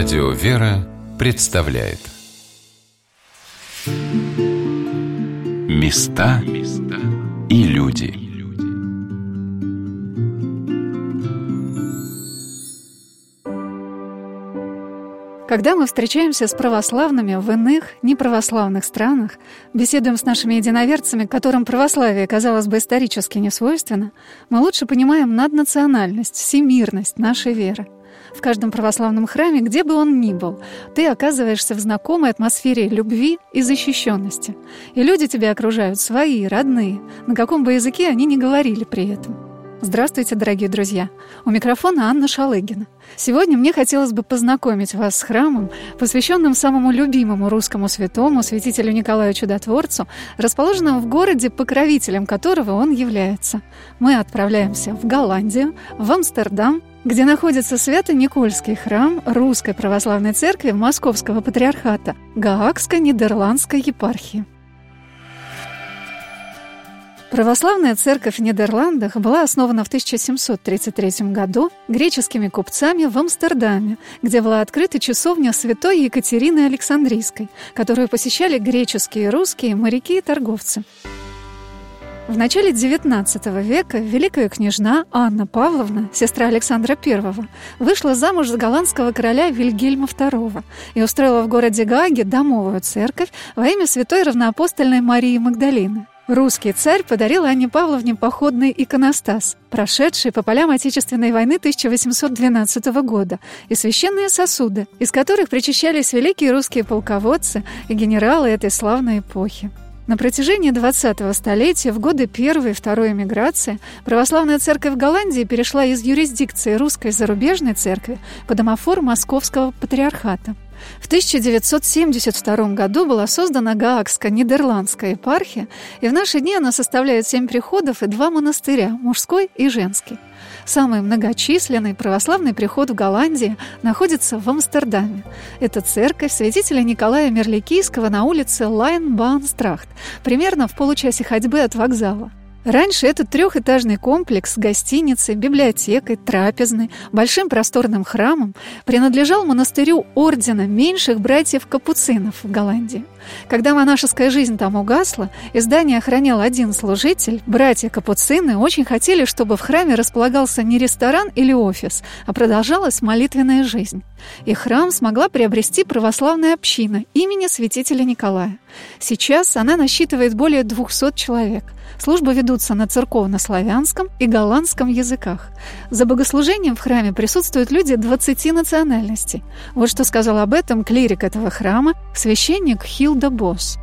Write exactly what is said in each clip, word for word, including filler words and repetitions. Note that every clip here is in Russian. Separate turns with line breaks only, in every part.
Радио «Вера» представляет Места и люди.
Когда мы встречаемся с православными в иных, неправославных странах, беседуем с нашими единоверцами, которым православие, казалось бы, исторически не свойственно, мы лучше понимаем наднациональность, всемирность нашей веры. В каждом православном храме, где бы он ни был, ты оказываешься в знакомой атмосфере любви и защищенности. И люди тебя окружают свои, родные, на каком бы языке они ни говорили при этом. Здравствуйте, дорогие друзья! У микрофона Анна Шалыгина. Сегодня мне хотелось бы познакомить вас с храмом, посвященным самому любимому русскому святому, святителю Николаю Чудотворцу, расположенным в городе, покровителем которого он является. Мы отправляемся в Голландию, в Амстердам, где находится Свято-Никольский храм Русской Православной Церкви Московского Патриархата Гаагско-Нидерландской епархии. Православная церковь в Нидерландах была основана в тысяча семьсот тридцать третьем году греческими купцами в Амстердаме, где была открыта часовня святой Екатерины Александрийской, которую посещали греческие и русские моряки и торговцы. В начале девятнадцатого века великая княжна Анна Павловна, сестра Александра Первого, вышла замуж за голландского короля Вильгельма Второго и устроила в городе Гааге домовую церковь во имя святой равноапостольной Марии Магдалины. Русский царь подарил Анне Павловне походный иконостас, прошедший по полям Отечественной войны тысяча восемьсот двенадцатого года, и священные сосуды, из которых причащались великие русские полководцы и генералы этой славной эпохи. На протяжении двадцатого столетия, в годы Первой и Второй эмиграции, православная церковь в Голландии перешла из юрисдикции русской зарубежной церкви под домофор Московского Патриархата. В тысяча девятьсот семьдесят втором году была создана Гаагско-Нидерландская епархия, и в наши дни она составляет семь приходов и два монастыря, мужской и женский. Самый многочисленный православный приход в Голландии находится в Амстердаме. Это церковь святителя Николая Мерликийского на улице Лайн-Баанстрахт, примерно в получасе ходьбы от вокзала. Раньше этот трехэтажный комплекс с гостиницей, библиотекой, трапезной, большим просторным храмом принадлежал монастырю ордена меньших братьев-капуцинов в Голландии. Когда монашеская жизнь там угасла и здание охранял один служитель, братья-капуцины очень хотели, чтобы в храме располагался не ресторан или офис, а продолжалась молитвенная жизнь. И храм смогла приобрести православная община имени святителя Николая. Сейчас она насчитывает более двухсот человек. Службы ведутся на церковно-славянском и голландском языках. За богослужением в храме присутствуют люди двадцати национальностей. Вот что сказал об этом клирик этого храма, священник Хилдо Бос.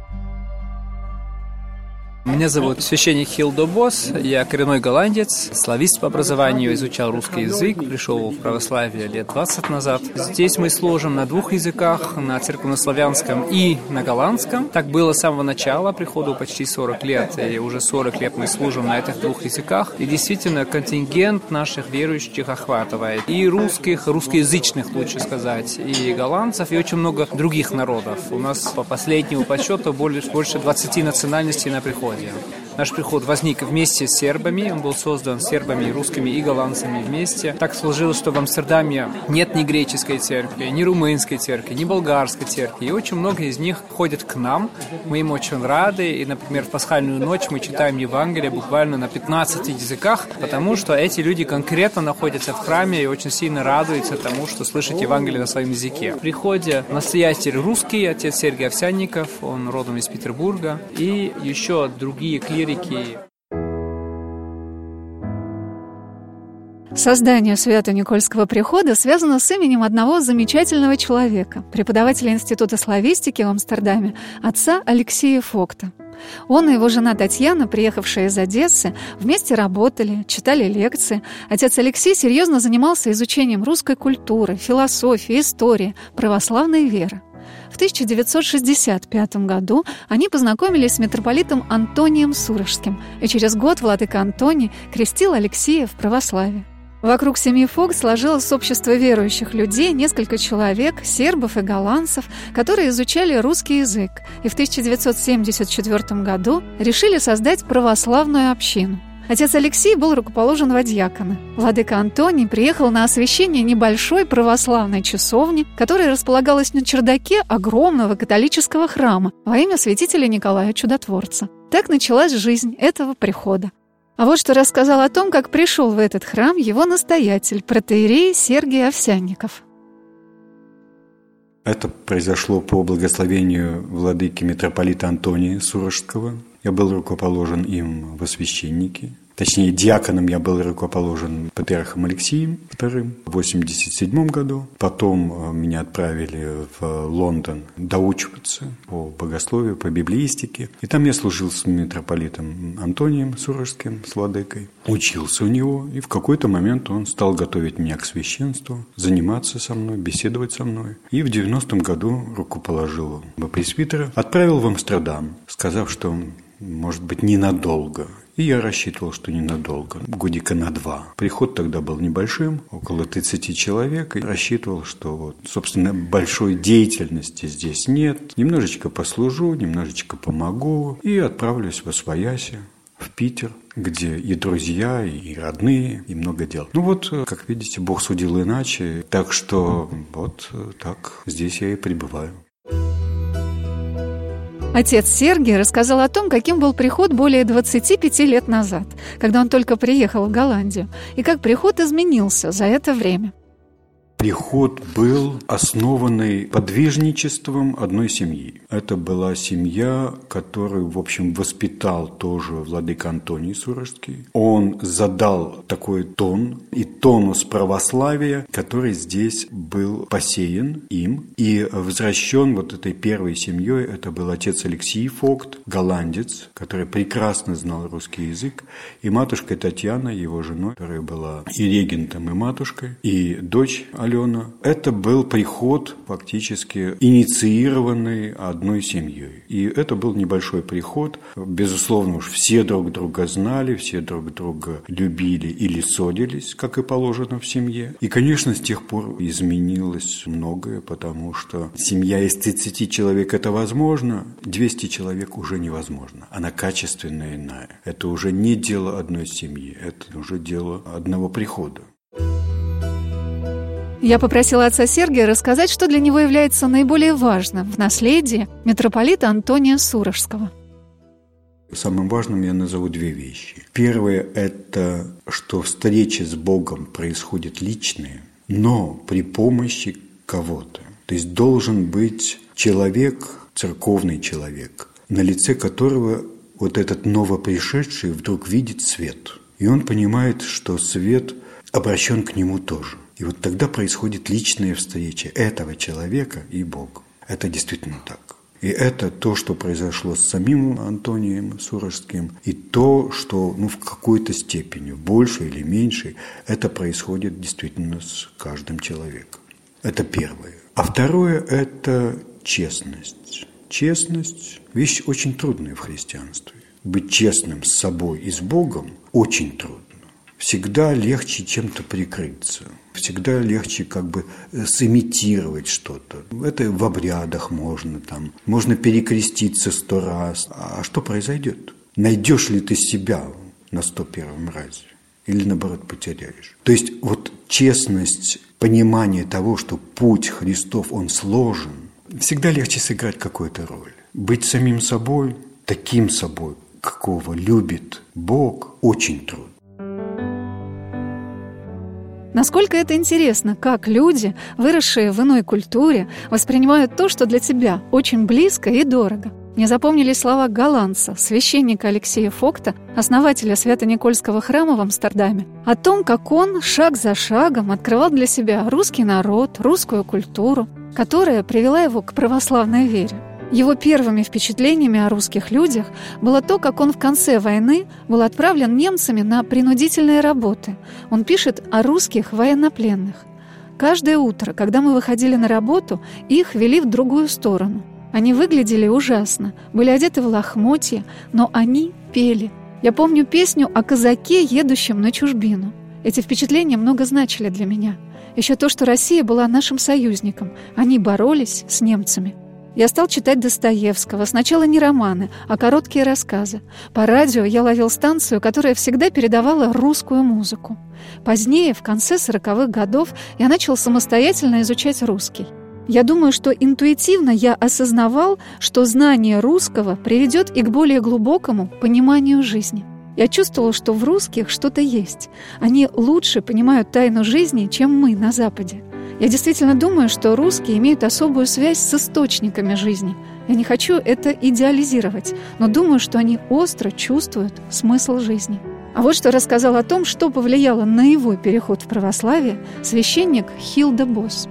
Меня зовут священник Хилдо Бос, я коренной голландец, славист по образованию, изучал русский язык, пришел в православие лет двадцать назад. Здесь мы служим на двух языках, на церковнославянском и на голландском. Так было с самого начала, приходу почти сорок лет, и уже сорок лет мы служим на этих двух языках. И действительно контингент наших верующих охватывает и русских, русскоязычных, лучше сказать, и голландцев, и очень много других народов. У нас по последнему подсчету больше двадцати национальностей на приходе. Наш приход возник вместе с сербами, он был создан сербами, русскими и голландцами вместе. Так сложилось, что в Амстердаме нет ни греческой церкви, ни румынской церкви, ни болгарской церкви. И очень много из них ходят к нам, мы им очень рады. И, например, в пасхальную ночь мы читаем Евангелие буквально на пятнадцати языках, потому что эти люди конкретно находятся в храме и очень сильно радуются тому, что слышат Евангелие на своем языке. В приходе настоятель русский, отец Сергей Овсянников, он родом из Петербурга, и еще другие клирики.
Создание Свято-Никольского прихода связано с именем одного замечательного человека, преподавателя Института славистики в Амстердаме, отца Алексея Фогта. Он и его жена Татьяна, приехавшая из Одессы, вместе работали, читали лекции. Отец Алексей серьезно занимался изучением русской культуры, философии, истории, православной веры. В тысяча девятьсот шестьдесят пятом году они познакомились с митрополитом Антонием Сурожским, и через год владыка Антоний крестил Алексея в православие. Вокруг семьи Фогт сложилось общество верующих людей, несколько человек, сербов и голландцев, которые изучали русский язык, и в тысяча девятьсот семьдесят четвёртом году решили создать православную общину. Отец Алексей был рукоположен во диаконы. Владыка Антоний приехал на освящение небольшой православной часовни, которая располагалась на чердаке огромного католического храма во имя святителя Николая Чудотворца. Так началась жизнь этого прихода. А вот что рассказал о том, как пришел в этот храм его настоятель, протоиерей Сергий Овсянников.
Это произошло по благословению владыки митрополита Антония Сурожского. Я был рукоположен им во священники. Точнее, диаконом я был рукоположен патриархом Алексием вторым в восемьдесят седьмом году. Потом меня отправили в Лондон доучиваться по богословию, по библеистике. И там я служил с митрополитом Антонием Сурожским, с владыкой. Учился у него, и в какой-то момент он стал готовить меня к священству, заниматься со мной, беседовать со мной. И в девяностом году рукоположил пресвитера, отправил в Амстердам, сказав, что, может быть, ненадолго. И я рассчитывал, что ненадолго, годика на два. Приход тогда был небольшим, около тридцати человек, и рассчитывал, что, вот, собственно, большой деятельности здесь нет. Немножечко послужу, немножечко помогу и отправлюсь во Освояси, в Питер, где и друзья, и родные, и много дел. Ну вот, как видите, Бог судил иначе, так что вот так здесь я и пребываю.
Отец Сергий рассказал о том, каким был приход более двадцати пяти лет назад, когда он только приехал в Голландию, и как приход изменился за это время.
Приход был основанный подвижничеством одной семьи. Это была семья, которую, в общем, воспитал тоже владыка Антоний Сурожский. Он задал такой тон и тонус православия, который здесь был посеян им и возвращен вот этой первой семьей. Это был отец Алексей Фогт, голландец, который прекрасно знал русский язык, и матушка Татьяна, его женой, которая была и регентом, и матушкой, и дочь Алена. Это был приход, фактически инициированный одной семьей. И это был небольшой приход. Безусловно, уж все друг друга знали, все друг друга любили или ссорились, как и положено в семье. И, конечно, с тех пор изменилось многое, потому что семья из тридцати человек – это возможно, двести человек уже невозможно. Она качественно иная. Это уже не дело одной семьи, это уже дело одного прихода.
Я попросила отца Сергия рассказать, что для него является наиболее важным в наследии митрополита Антония Сурожского.
Самым важным я назову две вещи. Первое – это, что встречи с Богом происходят личные, но при помощи кого-то. То есть должен быть человек, церковный человек, на лице которого вот этот новопришедший вдруг видит свет. И он понимает, что свет обращен к нему тоже. И вот тогда происходит личная встреча этого человека и Бога. Это действительно так. И это то, что произошло с самим Антонием Сурожским, и то, что ну, в какой-то степени, в большей или меньшей, это происходит действительно с каждым человеком. Это первое. А второе – это честность. Честность – вещь очень трудная в христианстве. Быть честным с собой и с Богом очень трудно. Всегда легче чем-то прикрыться. Всегда легче как бы сымитировать что-то. Это в обрядах можно, там, можно перекреститься сто раз. А что произойдет? Найдешь ли ты себя на сто первом разе? Или, наоборот, потеряешь? То есть вот честность, понимание того, что путь Христов, он сложен, всегда легче сыграть какую-то роль. Быть самим собой, таким собой, какого любит Бог, очень трудно.
Насколько это интересно, как люди, выросшие в иной культуре, воспринимают то, что для тебя очень близко и дорого. Мне запомнились слова голландца, священника Алексея Фогта, основателя Свято-Никольского храма в Амстердаме, о том, как он шаг за шагом открывал для себя русский народ, русскую культуру, которая привела его к православной вере. Его первыми впечатлениями о русских людях было то, как он в конце войны был отправлен немцами на принудительные работы. Он пишет о русских военнопленных. «Каждое утро, когда мы выходили на работу, их вели в другую сторону. Они выглядели ужасно, были одеты в лохмотья, но они пели. Я помню песню о казаке, едущем на чужбину. Эти впечатления много значили для меня. Еще то, что Россия была нашим союзником. Они боролись с немцами. Я стал читать Достоевского. Сначала не романы, а короткие рассказы. По радио я ловил станцию, которая всегда передавала русскую музыку. Позднее, в конце сороковых годов, я начал самостоятельно изучать русский. Я думаю, что интуитивно я осознавал, что знание русского приведет и к более глубокому пониманию жизни. Я чувствовал, что в русских что-то есть. Они лучше понимают тайну жизни, чем мы на Западе. Я действительно думаю, что русские имеют особую связь с источниками жизни. Я не хочу это идеализировать, но думаю, что они остро чувствуют смысл жизни. А вот что рассказал о том, что повлияло на его переход в православие, священник Хилда Босс.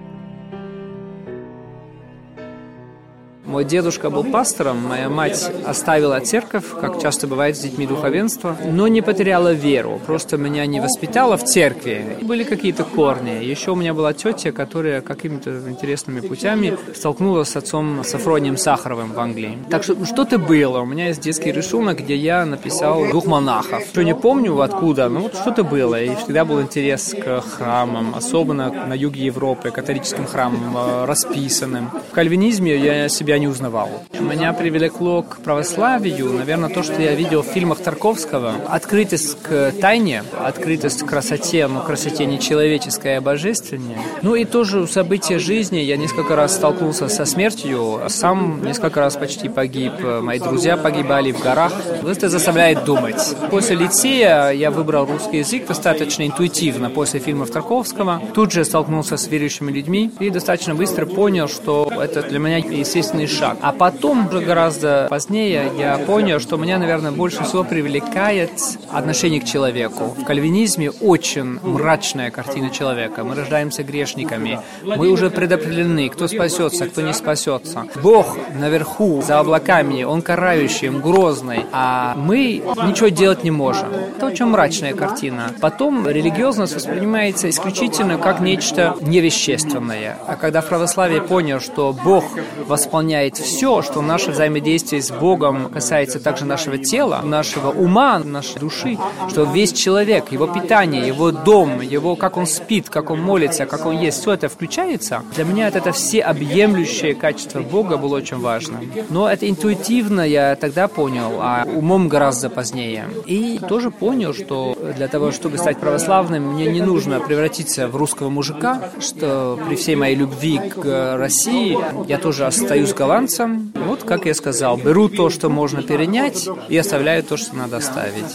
Мой дедушка был пастором, моя мать оставила церковь, как часто бывает с детьми духовенства, но не потеряла веру, просто меня не воспитала в церкви. Были какие-то корни. Еще у меня была тетя, которая какими-то интересными путями столкнулась с отцом Сафронием Сахаровым в Англии. Так что что-то было. У меня есть детский рисунок, где я написал двух монахов. Что не помню откуда, но вот что-то было. И всегда был интерес к храмам, особенно на юге Европы, католическим храмам, расписанным. В кальвинизме я себя не узнавал. Меня привлекло к православию, наверное, то, что я видел в фильмах Тарковского. Открытость к тайне, открытость к красоте, но красоте не человеческой, а божественной. Ну и тоже события жизни. Я несколько раз столкнулся со смертью, сам несколько раз почти погиб. Мои друзья погибали в горах. Это заставляет думать. После лицея я выбрал русский язык достаточно интуитивно после фильмов Тарковского. Тут же столкнулся с верующими людьми и достаточно быстро понял, что это для меня естественный шаг. А потом, уже гораздо позднее, я понял, что меня, наверное, больше всего привлекает отношение к человеку. В кальвинизме очень мрачная картина человека. Мы рождаемся грешниками. Мы уже предопределены, кто спасется, кто не спасется. Бог наверху, за облаками, Он карающий, Он грозный, а мы ничего делать не можем. Это очень мрачная картина. Потом религиозность воспринимается исключительно как нечто невещественное. А когда в православии понял, что Бог восполняет все, что наше взаимодействие с Богом касается также нашего тела, нашего ума, нашей души, что весь человек, его питание, его дом, его, как он спит, как он молится, как он ест, все это включается. Для меня это, это всеобъемлющее качество Бога было очень важно. Но это интуитивно я тогда понял, а умом гораздо позднее. И тоже понял, что для того, чтобы стать православным, мне не нужно превратиться в русского мужика, что при всей моей любви к России я тоже остаюсь голландцем. Вот, как я сказал, беру то, что можно перенять, и оставляю то, что надо оставить.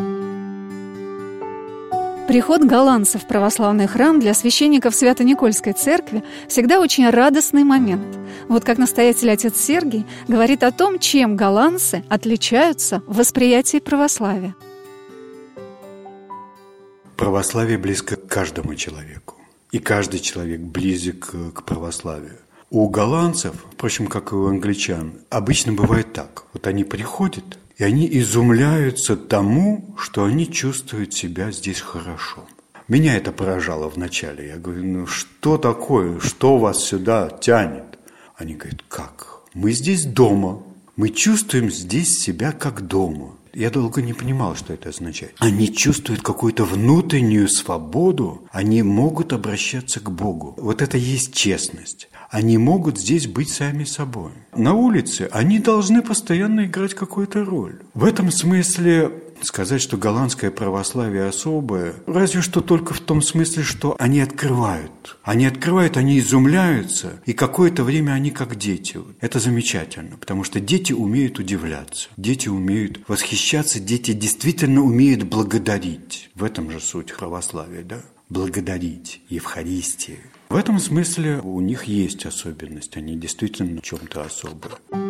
Приход голландцев в православный храм для священников Свято-Никольской церкви всегда очень радостный момент. Вот как настоятель отец Сергий говорит о том, чем голландцы отличаются в восприятии православия.
Православие близко к каждому человеку, и каждый человек близок к православию. У голландцев, впрочем, как и у англичан, обычно бывает так. Вот они приходят, и они изумляются тому, что они чувствуют себя здесь хорошо. Меня это поражало вначале. Я говорю, ну что такое, что вас сюда тянет? Они говорят, как? Мы здесь дома, мы чувствуем здесь себя как дома. Я долго не понимал, что это означает. Они чувствуют какую-то внутреннюю свободу, они могут обращаться к Богу. Вот это и есть честность. Они могут здесь быть сами собой. На улице они должны постоянно играть какую-то роль. В этом смысле сказать, что голландское православие особое, разве что только в том смысле, что они открывают. Они открывают, они изумляются, и какое-то время они как дети. Это замечательно, потому что дети умеют удивляться, дети умеют восхищаться, дети действительно умеют благодарить. В этом же суть православия, да? Благодарить, Евхаристии. В этом смысле у них есть особенность, они действительно в чем-то особые.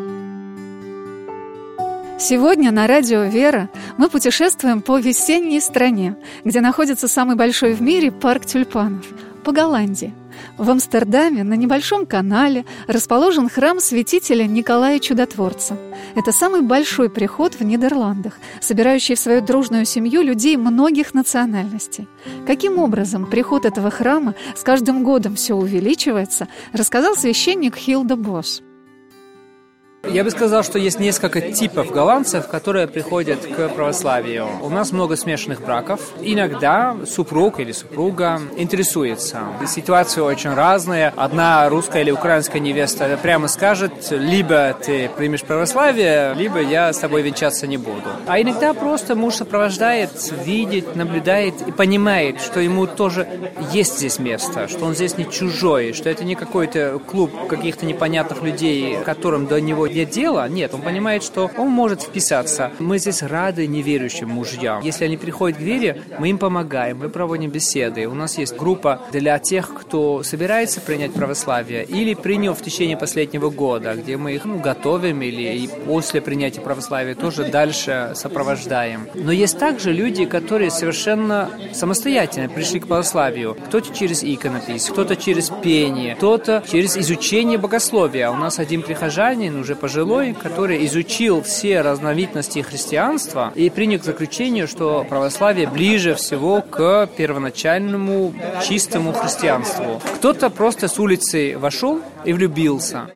Сегодня на радио «Вера» мы путешествуем по весенней стране, где находится самый большой в мире парк тюльпанов – по Голландии. В Амстердаме на небольшом канале расположен храм святителя Николая Чудотворца. Это самый большой приход в Нидерландах, собирающий в свою дружную семью людей многих национальностей. Каким образом приход этого храма с каждым годом все увеличивается, рассказал священник Хилда Босс.
Я бы сказал, что есть несколько типов голландцев, которые приходят к православию. У нас много смешанных браков. Иногда супруг или супруга интересуется. Ситуации очень разные. Одна русская или украинская невеста прямо скажет, либо ты примешь православие, либо я с тобой венчаться не буду. А иногда просто муж сопровождает, видит, наблюдает и понимает, что ему тоже есть здесь место, что он здесь не чужой, что это не какой-то клуб каких-то непонятных людей, которым до него нет дела. Нет, он понимает, что он может вписаться. Мы здесь рады неверующим мужьям. Если они приходят к вере, мы им помогаем, мы проводим беседы. У нас есть группа для тех, кто собирается принять православие или принял в течение последнего года, где мы их ну, готовим или и после принятия православия тоже дальше сопровождаем. Но есть также люди, которые совершенно самостоятельно пришли к православию. Кто-то через иконопись, кто-то через пение, кто-то через изучение богословия. У нас один прихожанин, уже пожилой, который изучил все разновидности христианства и принял к заключению, что православие ближе всего к первоначальному чистому христианству. Кто-то просто с улицы вошел и влюбился.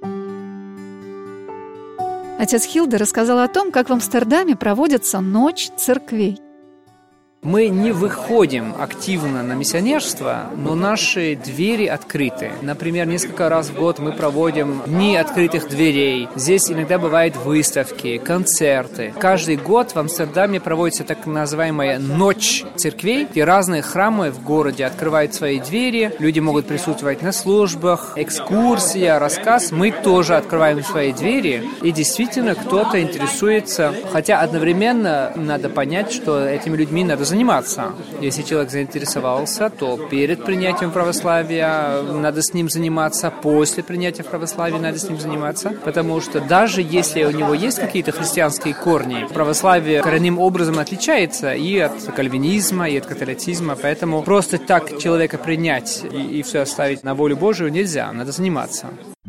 Отец Хилде рассказал о том, как в Амстердаме проводится Ночь церквей.
Мы не выходим активно на миссионерство, но наши двери открыты. Например, несколько раз в год мы проводим дни открытых дверей. Здесь иногда бывают выставки, концерты. Каждый год в Амстердаме проводится так называемая Ночь церквей, где разные храмы в городе открывают свои двери. Люди могут присутствовать на службах, экскурсия, рассказ. Мы тоже открываем свои двери, и действительно кто-то интересуется. Хотя одновременно надо понять, что этими людьми надо заниматься. Если человек заинтересовался, то перед принятием православия надо с ним заниматься, после принятия православия надо с ним заниматься, потому что даже если у него есть какие-то христианские корни, православие коренным образом отличается и от кальвинизма, и от католицизма, поэтому просто так человека принять и, и все оставить на волю Божию нельзя, надо заниматься.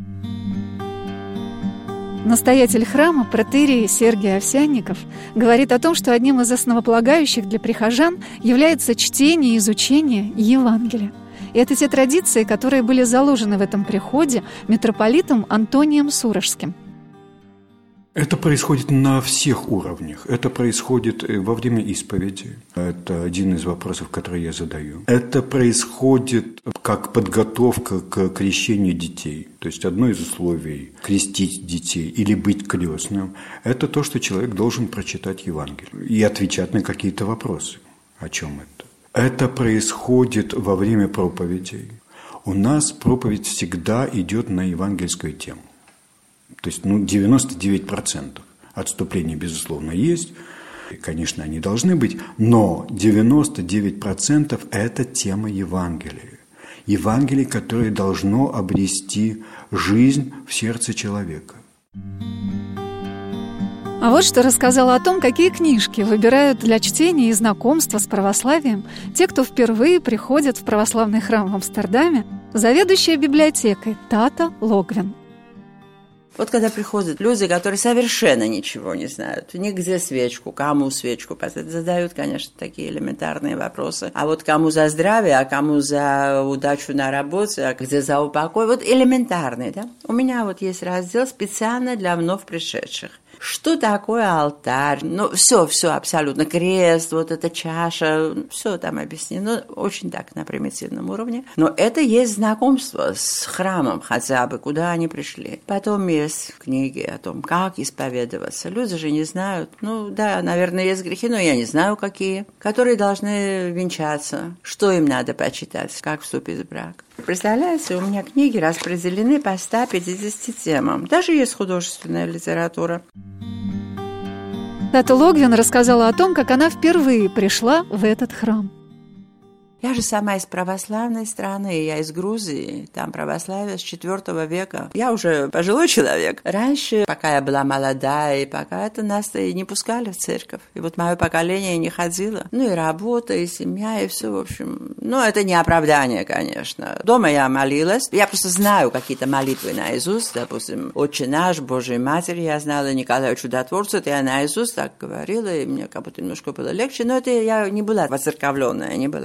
Настоятель храма протоиерей Сергий Овсянников говорит о том, что одним из основополагающих для прихожан является чтение и изучение Евангелия. И это те традиции, которые были заложены в этом приходе митрополитом Антонием Суражским.
Это происходит на всех уровнях. Это происходит во время исповеди. Это один из вопросов, который я задаю. Это происходит как подготовка к крещению детей. То есть одно из условий крестить детей или быть крестным – это то, что человек должен прочитать Евангелие и отвечать на какие-то вопросы. О чем это? Это происходит во время проповедей. У нас проповедь всегда идет на евангельскую тему. То есть ну, девяносто девять процентов отступлений, безусловно, есть. И, конечно, они должны быть, но девяносто девять процентов – это тема Евангелия. Евангелие, которое должно обрести жизнь в сердце человека.
А вот что рассказала о том, какие книжки выбирают для чтения и знакомства с православием те, кто впервые приходит в православный храм в Амстердаме, заведующая библиотекой Тата Логвин.
Вот когда приходят люди, которые совершенно ничего не знают, нигде свечку, кому свечку поставить, задают, конечно, такие элементарные вопросы. А вот кому за здравие, а кому за удачу на работе, а где за упокой, вот элементарные, да? У меня вот есть раздел специально для вновь пришедших. Что такое алтарь? Ну, все, все абсолютно. Крест, вот эта чаша, все там объяснено, очень так на примитивном уровне. Но это есть знакомство с храмом хотя бы, куда они пришли. Потом есть книги о том, как исповедоваться. Люди же не знают. Ну, да, наверное, есть грехи, но я не знаю, какие. Которые должны венчаться. Что им надо почитать, как вступить в брак. Представляете, у меня книги распределены по ста пятидесяти темам. Даже есть художественная литература.
Тата Логвин рассказала о том, как она впервые пришла в этот храм.
Я же сама из православной страны, я из Грузии, там православие с четвёртого века. Я уже пожилой человек. Раньше, пока я была молодая, и пока это нас и не пускали в церковь. И вот мое поколение не ходило. Ну и работа, и семья, и все, в общем. Ну, это не оправдание, конечно. Дома я молилась. Я просто знаю какие-то молитвы наизусть. Допустим, «Отче наш», «Божьей Матери» я знала, «Николаю Чудотворцу». Это я наизусть так говорила, и мне как будто немножко было легче. Но это я не была воцерковленная, не была. Православие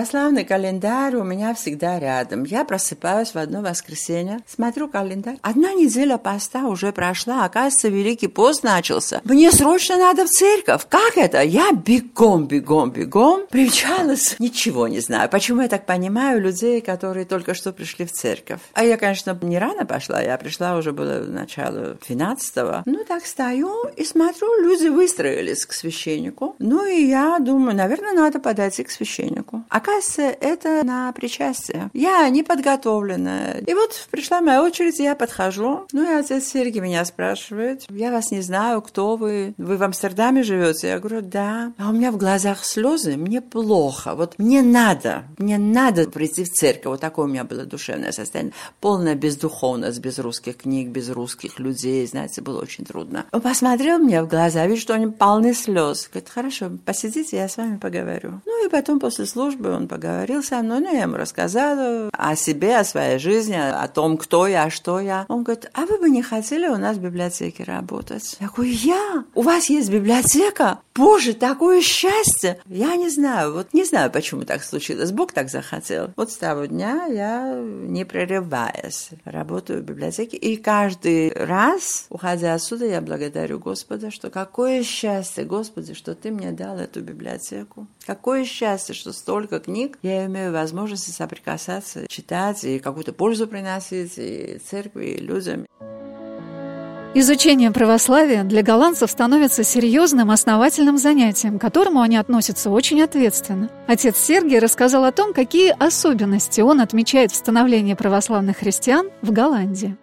православный календарь у меня всегда рядом. Я просыпаюсь в одно воскресенье, смотрю календарь. Одна неделя поста уже прошла, оказывается, Великий пост начался. Мне срочно надо в церковь. Как это? Я бегом, бегом, бегом примчалась. Ничего не знаю. Почему я так понимаю людей, которые только что пришли в церковь? А я, конечно, не рано пошла. Я пришла уже было в начало двенадцатого. Ну, так стою и смотрю, люди выстроились к священнику. Ну, и я думаю, наверное, надо подойти к священнику. Оказывается, это на причастие. Я не подготовленная. И вот пришла моя очередь, я подхожу. Ну, и отец Сергий меня спрашивает. Я вас не знаю, кто вы. Вы в Амстердаме живете? Я говорю, да. А у меня в глазах слезы, мне плохо. Вот мне надо, мне надо прийти в церковь. Вот такое у меня было душевное состояние. Полная бездуховность, без русских книг, без русских людей. Знаете, было очень трудно. Он посмотрел мне в глаза, видит, что они полны слез. Говорит, хорошо, посидите, я с вами поговорю. Ну, и потом после службы он поговорил со мной. Ну, я ему рассказала о себе, о своей жизни, о том, кто я, что я. Он говорит, а вы бы не хотели у нас в библиотеке работать? Я говорю, я? У вас есть библиотека? Боже, такое счастье! Я не знаю, вот не знаю, почему так случилось. Бог так захотел. Вот с того дня я, не прерываясь, работаю в библиотеке. И каждый раз, уходя отсюда, я благодарю Господа, что какое счастье, Господи, что Ты мне дал эту библиотеку. Какое счастье, что столько книг я имею возможность соприкасаться, читать и какую-то пользу приносить и церкви, и людям.
Изучение православия для голландцев становится серьезным основательным занятием, к которому они относятся очень ответственно. Отец Сергий рассказал о том, какие особенности он отмечает в становлении православных христиан в Голландии.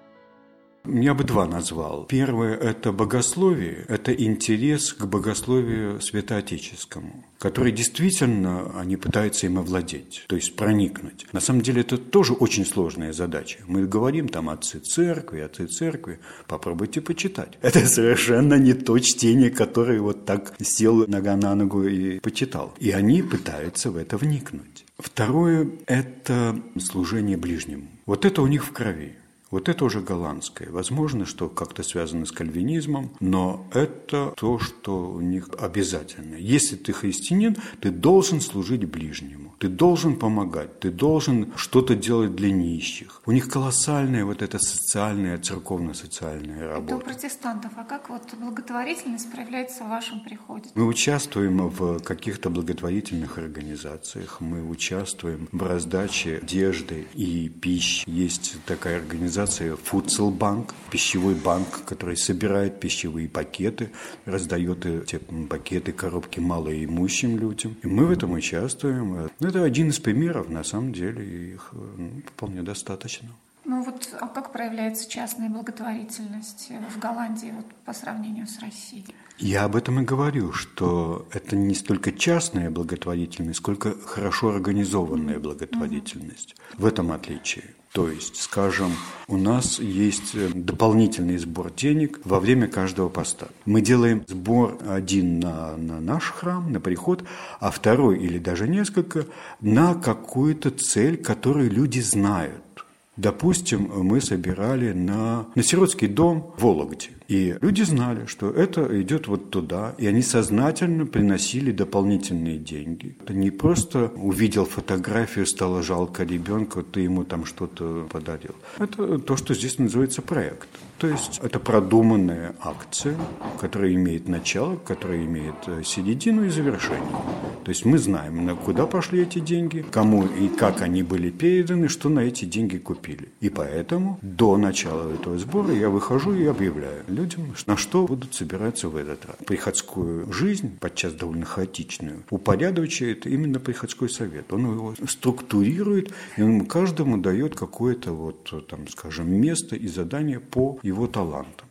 Я бы два назвал. Первое – это богословие, это интерес к богословию святоотеческому, который действительно они пытаются им овладеть, то есть проникнуть. На самом деле это тоже очень сложная задача. Мы говорим там отцы церкви, отцы церкви, попробуйте почитать. Это совершенно не то чтение, которое вот так сел нога на ногу и почитал. И они пытаются в это вникнуть. Второе – это служение ближнему. Вот это у них в крови. Вот это уже голландское. Возможно, что как-то связано с кальвинизмом, но это то, что у них обязательно. Если ты христианин, ты должен служить ближнему, ты должен помогать, ты должен что-то делать для нищих. У них колоссальная вот эта социальная, церковно-социальная работа.
Это у протестантов. А как вот благотворительность проявляется в вашем приходе?
Мы участвуем в каких-то благотворительных организациях, мы участвуем в раздаче одежды и пищи. Есть такая организация, Фудселбанк, пищевой банк, который собирает пищевые пакеты, раздает эти пакеты, коробки малоимущим людям. И мы в этом участвуем. Это один из примеров, на самом деле, их ну, вполне достаточно.
Ну вот, а как проявляется частная благотворительность в Голландии вот, по сравнению с Россией?
Я об этом и говорю, что это не столько частная благотворительность, сколько хорошо организованная благотворительность. Mm-hmm. В этом отличие. То есть, скажем, у нас есть дополнительный сбор денег во время каждого поста. Мы делаем сбор один на, на наш храм, на приход, а второй или даже несколько на какую-то цель, которую люди знают. Допустим, мы собирали на, на сиротский дом в Вологде. И люди знали, что это идет вот туда, и они сознательно приносили дополнительные деньги. Это не просто увидел фотографию, стало жалко ребенка, ты ему там что-то подарил. Это то, что здесь называется проект. То есть это продуманная акция, которая имеет начало, которая имеет середину и завершение. То есть мы знаем, куда пошли эти деньги, кому и как они были переданы, что на эти деньги купили. И поэтому до начала этого сбора я выхожу и объявляю людям, на что будут собираться в этот раз. Приходскую жизнь, подчас довольно хаотичную, упорядочивает именно приходской совет. Он его структурирует, и он каждому дает какое-то, вот, там, скажем, место и задание по его талантам.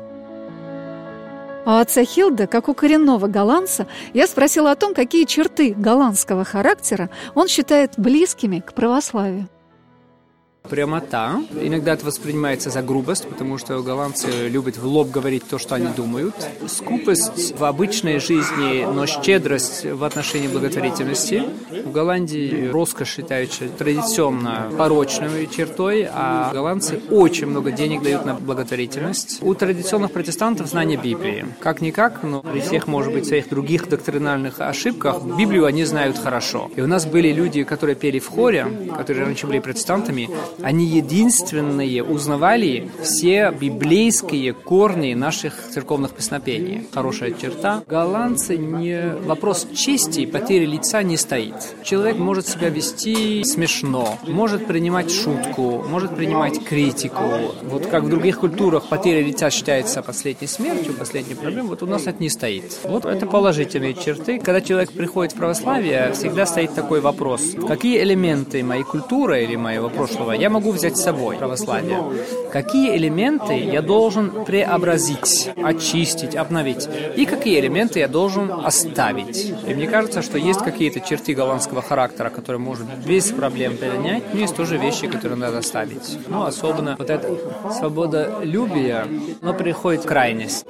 У отца Хилда, как у коренного голландца, я спросила о том, какие черты голландского характера он считает близкими к православию.
Прямота. Иногда это воспринимается за грубость, потому что голландцы любят в лоб говорить то, что они думают. Скупость в обычной жизни, но щедрость в отношении благотворительности. В Голландии роскошь считается традиционно порочной чертой, а голландцы очень много денег дают на благотворительность. У традиционных протестантов знание Библии. Как-никак, но при всех, может быть, своих других доктринальных ошибках, Библию они знают хорошо. И у нас были люди, которые пели в хоре, которые раньше были протестантами, они единственные узнавали все библейские корни наших церковных песнопений. Хорошая черта. Голландцы не... Вопрос чести и потери лица не стоит. Человек может себя вести смешно, может принимать шутку, может принимать критику. Вот как в других культурах потеря лица считается последней смертью, последней проблемой, вот у нас это не стоит. Вот это положительные черты. Когда человек приходит в православие, всегда стоит такой вопрос. Какие элементы моей культуры или моего прошлого я могу взять с собой в православие? Какие элементы я должен преобразить, очистить, обновить? И какие элементы я должен оставить? И мне кажется, что есть какие-то черты голландского характера, которые можно без проблем перенять, но есть тоже вещи, которые надо оставить. Ну, особенно вот эта свободолюбие, но приходит крайность.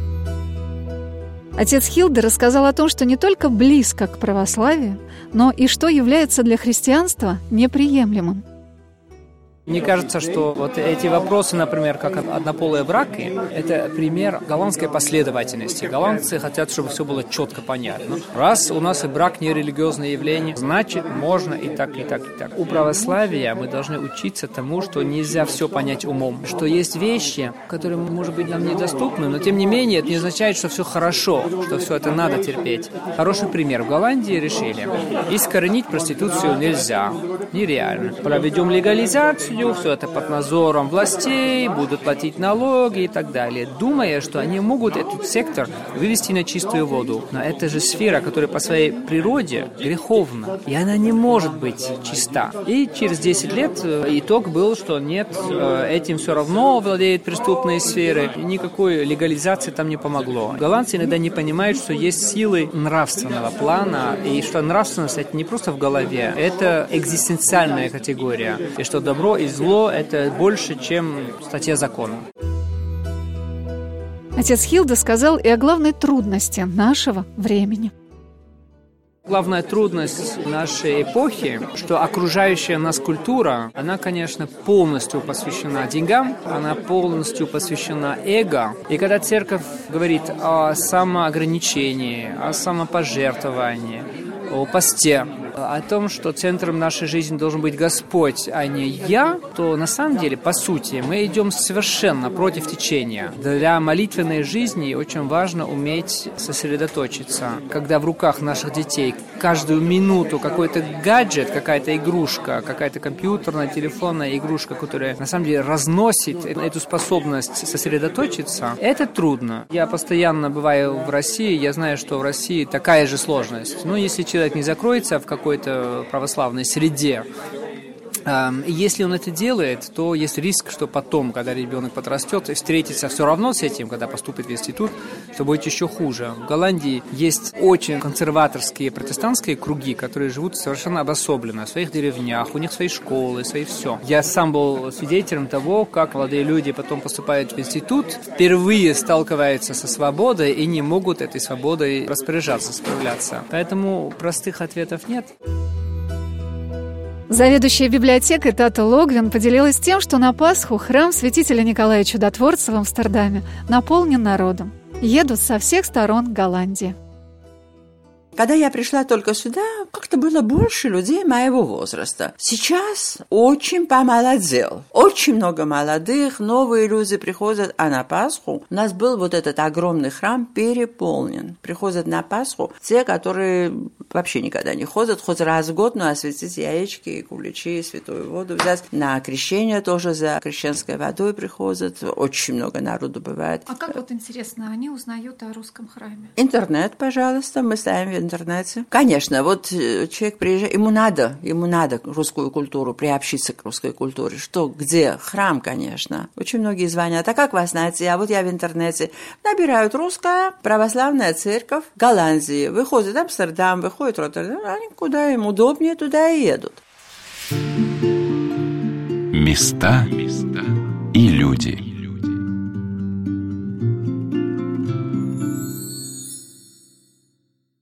Отец Хилде рассказал о том, что не только близко к православию, но и что является для христианства неприемлемым.
Мне кажется, что вот эти вопросы, например, как однополые браки, это пример голландской последовательности. Голландцы хотят, чтобы все было четко понятно. Раз у нас и брак не религиозное явление, значит, можно и так, и так, и так. У православия мы должны учиться тому, что нельзя все понять умом. Что есть вещи, которые, может быть, нам недоступны, но тем не менее это не означает, что все хорошо, что все это надо терпеть. Хороший пример. В Голландии решили, искоренить проституцию нельзя, нереально. Проведем легализацию, все это под надзором властей, будут платить налоги и так далее, думая, что они могут этот сектор вывести на чистую воду. Но это же сфера, которая по своей природе греховна, и она не может быть чиста. И через десять лет итог был, что нет, этим все равно владеют преступные сферы, и никакой легализации там не помогло. Голландцы иногда не понимают, что есть силы нравственного плана, и что нравственность это не просто в голове, это экзистенциальная категория, и что добро и зло – это больше, чем статья закона.
Отец Хилде сказал и о главной трудности нашего времени.
Главная трудность нашей эпохи, что окружающая нас культура, она, конечно, полностью посвящена деньгам, она полностью посвящена эго. И когда церковь говорит о самоограничении, о самопожертвовании, о посте, о том, что центром нашей жизни должен быть Господь, а не я, то на самом деле, по сути, мы идем совершенно против течения. Для молитвенной жизни очень важно уметь сосредоточиться. Когда в руках наших детей каждую минуту какой-то гаджет, какая-то игрушка, какая-то компьютерная, телефонная игрушка, которая на самом деле разносит эту способность сосредоточиться, это трудно. Я постоянно бываю в России, я знаю, что в России такая же сложность. Но если человек не закроется в какой-то православной среде, если он это делает, то есть риск, что потом, когда ребенок подрастет и встретится все равно с этим, когда поступит в институт, что будет еще хуже. В Голландии есть очень консерваторские протестантские круги, которые живут совершенно обособленно в своих деревнях, у них свои школы, свои все. Я сам был свидетелем того, как молодые люди потом поступают в институт, впервые сталкиваются со свободой и не могут этой свободой распоряжаться, справляться. Поэтому простых ответов нет.
Заведующая библиотекой Тата Логвин поделилась тем, что на Пасху храм святителя Николая Чудотворца в Амстердаме наполнен народом. Едут со всех сторон Голландии.
Когда я пришла только сюда, как-то было больше людей моего возраста. Сейчас очень помолодел. Очень много молодых, новые люди приходят, а на Пасху у нас был вот этот огромный храм переполнен. Приходят на Пасху те, которые вообще никогда не ходят, хоть раз в год, но осветить яички, куличи, святую воду взять. На крещение тоже за крещенской водой приходят. Очень много народу бывает.
А как вот интересно, они узнают о русском храме?
Интернет, пожалуйста, мы ставим в интернете. Конечно, вот человек приезжает, ему надо, ему надо русскую культуру, приобщиться к русской культуре. Что, где? Храм, конечно. Очень многие звонят, а как вас найти? А вот я в интернете. Набирают русская православная церковь Голландии. Выходит Амстердам, выходит Роттердам, они куда им удобнее, туда и едут.
Места и люди.